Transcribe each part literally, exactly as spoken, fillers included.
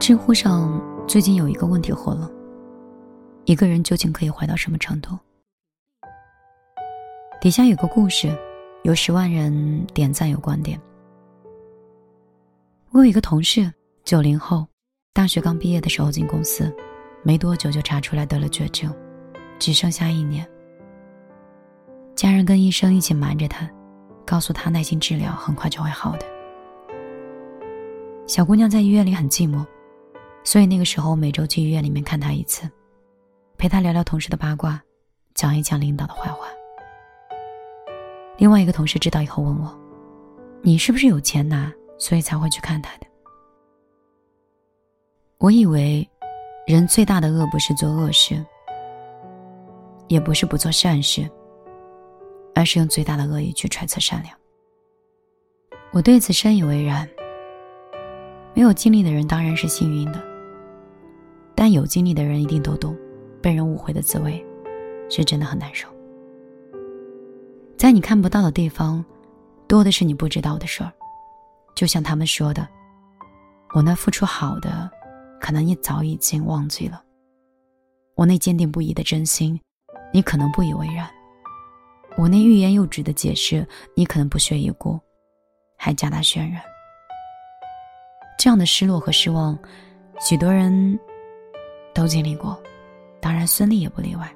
知乎上最近有一个问题火了，一个人究竟可以坏到什么程度？底下有个故事，有十万人点赞有观点。我有一个同事，九零后，大学刚毕业的时候进公司，没多久就查出来得了绝症，只剩下一年。家人跟医生一起瞒着他，告诉他耐心治疗，很快就会好的。小姑娘在医院里很寂寞，所以那个时候每周去医院里面看他一次，陪他聊聊同事的八卦，讲一讲领导的坏话。另外一个同事知道以后问我，你是不是有钱拿，所以才会去看他的？我以为人最大的恶不是做恶事，也不是不做善事，而是用最大的恶意去揣测善良。我对此深以为然。没有经历的人当然是幸运的，但有经历的人一定都懂，被人误会的滋味是真的很难受。在你看不到的地方，多的是你不知道的事儿。就像他们说的，我那付出好的，可能你早已经忘记了；我那坚定不移的真心，你可能不以为然；我那欲言又止的解释，你可能不屑一顾，还加大渲染。这样的失落和失望，许多人都经历过，当然孙俪也不例外。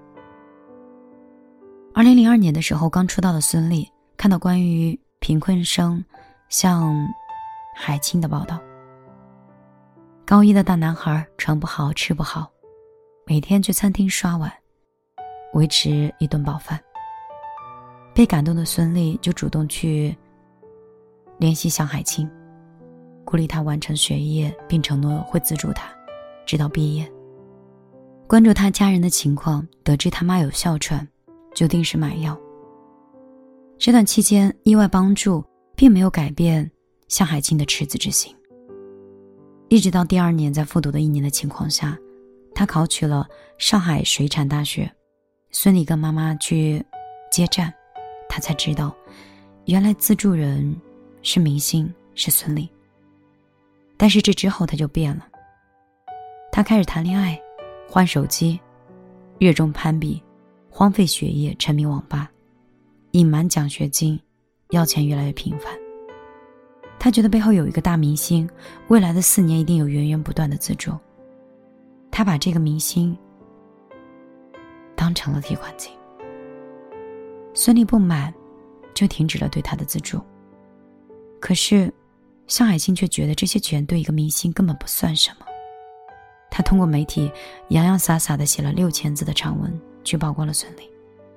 二零零二年的时候，刚出道的孙俪看到关于贫困生向海清的报道。高一的大男孩穿不好吃不好，每天去餐厅刷碗，维持一顿饱饭。被感动的孙俪就主动去联系向海清，鼓励他完成学业，并承诺会资助他直到毕业。关注他家人的情况，得知他妈有哮喘，就定时买药。这段期间意外帮助并没有改变向海清的赤子之心。一直到第二年在复读的一年的情况下，他考取了上海水产大学。孙俪跟妈妈去接站，他才知道原来资助人是明星，是孙俪。但是这之后他就变了，他开始谈恋爱，换手机，热衷攀比，荒废学业，沉迷网吧，隐瞒奖学金，要钱越来越频繁。他觉得背后有一个大明星，未来的四年一定有源源不断的资助。他把这个明星当成了提款机。孙俪不满，就停止了对他的资助。可是向海清却觉得这些钱对一个明星根本不算什么。他通过媒体洋洋洒洒地写了六千字的长文，去曝光了孙俪。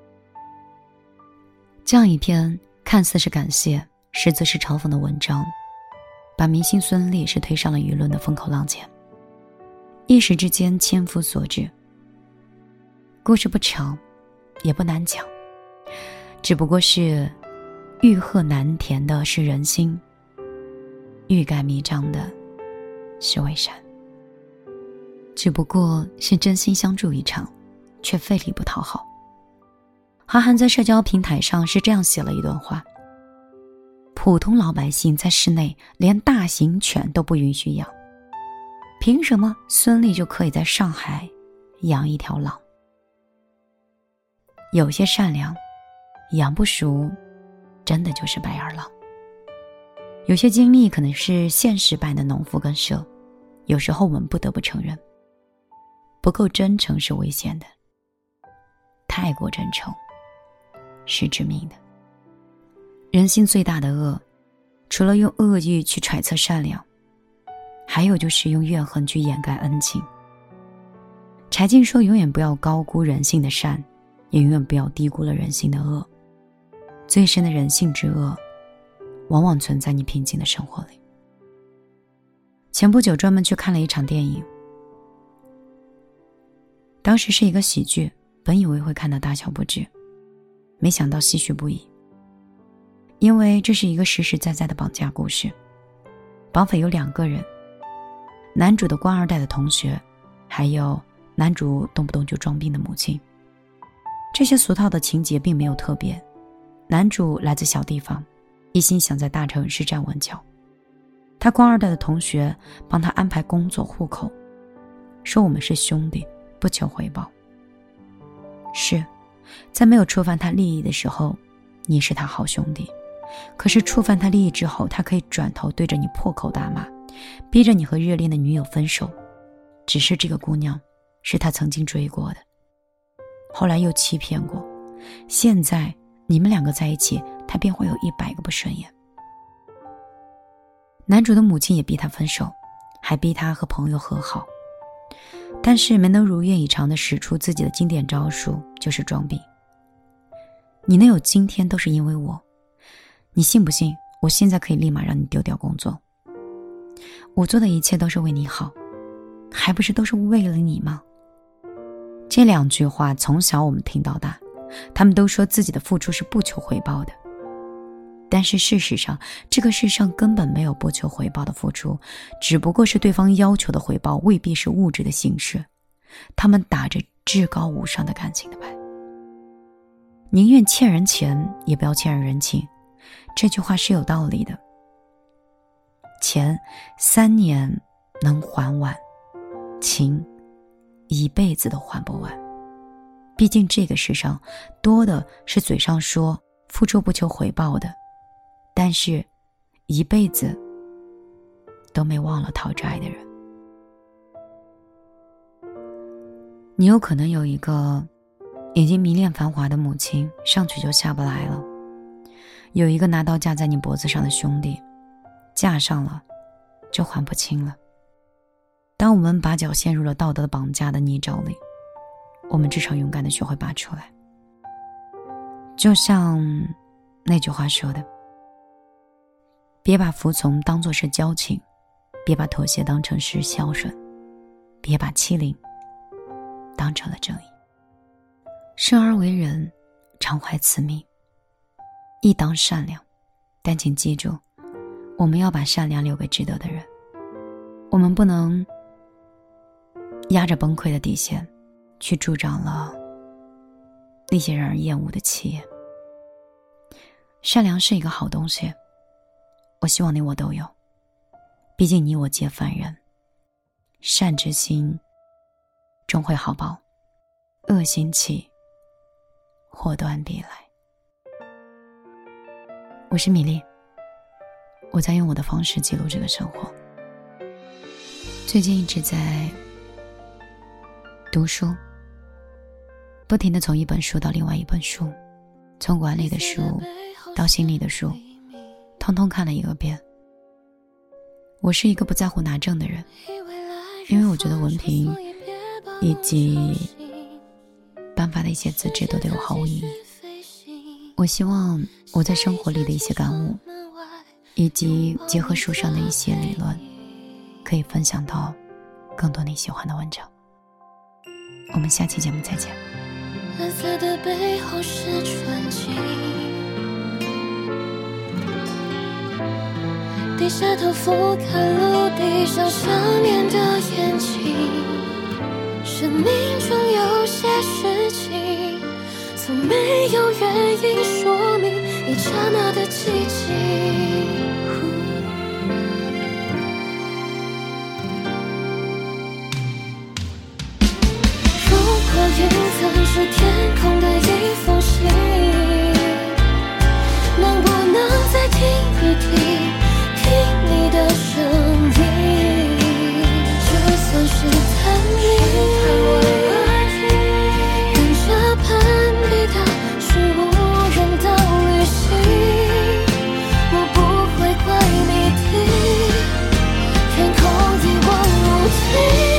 这样一篇看似是感谢，实则是嘲讽的文章，把明星孙俪是推上了舆论的风口浪尖，一时之间千夫所指。故事不长，也不难讲，只不过是欲壑难填的是人心，欲盖弥彰的是伪善。只不过是真心相助一场，却费力不讨好。韩寒在社交平台上是这样写了一段话：普通老百姓在室内连大型犬都不允许养，凭什么孙俪就可以在上海养一条狼？有些善良养不熟，真的就是白眼狼。有些经历可能是现实版的农夫跟蛇，有时候我们不得不承认，不够真诚是危险的，太过真诚是致命的。人心最大的恶，除了用恶意去揣测善良，还有就是用怨恨去掩盖恩情。柴静说，永远不要高估人性的善，也永远不要低估了人性的恶。最深的人性之恶，往往存在你平静的生活里。前不久专门去看了一场电影，当时是一个喜剧，本以为会看得大笑不止，没想到唏嘘不已。因为这是一个实实在在的绑架故事。绑匪有两个人，男主的官二代的同学，还有男主动不动就装病的母亲。这些俗套的情节并没有特别，男主来自小地方，一心想在大城市站稳脚。 他官二代的同学帮他安排工作户口，说我们是兄弟，不求回报。是，在没有触犯他利益的时候，你是他好兄弟，可是触犯他利益之后，他可以转头对着你破口大骂，逼着你和热恋的女友分手。只是这个姑娘是他曾经追过的，后来又欺骗过，现在你们两个在一起，他便会有一百个不顺眼。男主的母亲也逼他分手，还逼他和朋友和好，但是没能如愿以偿地使出自己的经典招数，就是装逼。你能有今天都是因为我，你信不信我现在可以立马让你丢掉工作？我做的一切都是为你好，还不是都是为了你吗？这两句话从小我们听到大，他们都说自己的付出是不求回报的。但是事实上，这个世上根本没有不求回报的付出，只不过是对方要求的回报未必是物质的形式，他们打着至高无上的感情的牌。宁愿欠人钱，也不要欠人人情，这句话是有道理的。钱三年能还完，情一辈子都还不完。毕竟这个世上多的是嘴上说付出不求回报的，但是一辈子都没忘了讨债的人。你有可能有一个已经迷恋繁华的母亲，上去就下不来了；有一个拿刀架在你脖子上的兄弟，架上了就还不清了。当我们把脚陷入了道德的绑架的泥沼里，我们至少勇敢地学会拔出来。就像那句话说的，别把服从当作是交情，别把妥协当成是孝顺，别把欺凌当成了正义。生而为人，常怀慈悯，亦当善良，但请记住，我们要把善良留给值得的人。我们不能压着崩溃的底线去助长了那些让人厌恶的气焰。善良是一个好东西，我希望你我都有，毕竟你我皆凡人，善之心终会好报，恶心起祸端必来。我是米粒，我在用我的方式记录这个生活。最近一直在读书，不停地从一本书到另外一本书，从管理的书到心理的书，通通看了一个遍。我是一个不在乎拿证的人，因为我觉得文凭以及颁发的一些资质都对我毫无意义。我希望我在生活里的一些感悟，以及结合书上的一些理论，可以分享到更多你喜欢的文章。我们下期节目再见。 蓝色的背后是纯净，低下头俯瞰陆地上想念的眼睛。生命中有些事情从没有原因说明，一刹那的寂静。云层是天空的一封信，能不能再听一听，听你的声音？就算是探秘，跟着攀比的是无人岛旅行，我不会怪你听，天空一望无际。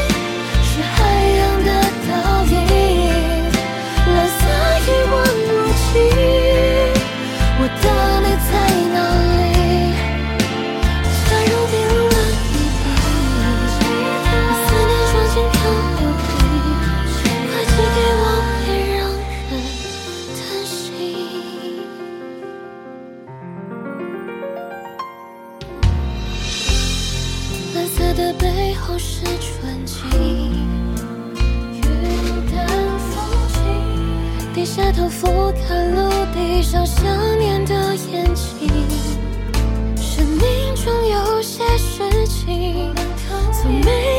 蓝色的背后是纯净，云淡风轻，低下头俯瞰陆地上想念的眼睛。生命中有些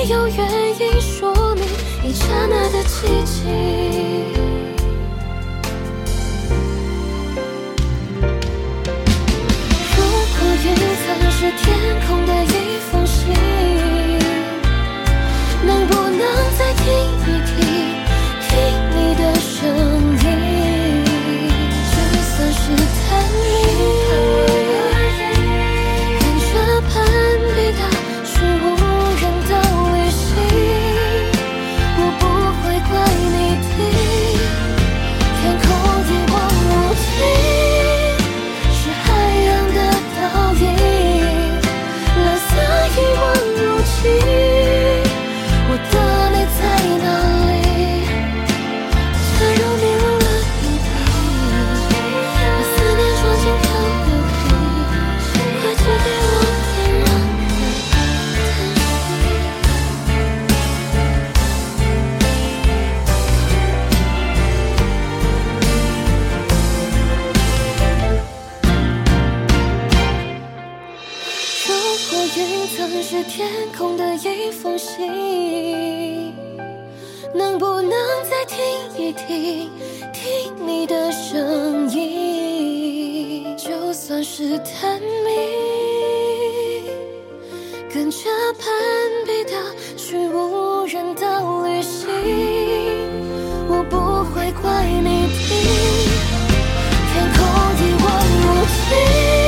有原因说明一刹那的寂静。如果云层是天空的一封信，能不能再听一听，听你的声音？就算是探秘，看着攀比大是无人的旅行，我不会怪你听，天空一望无际，是海洋的倒影，蓝色一望无际。我的你在哪里？假如迷路了一地，把思念装进漂流瓶，快寄给我，别让人叹息。如果云层是天空的一封信，能不能再听一听，听你的声音？就算是探秘，跟着攀比大去无人的旅行，我不会怪你听，天空一望无际。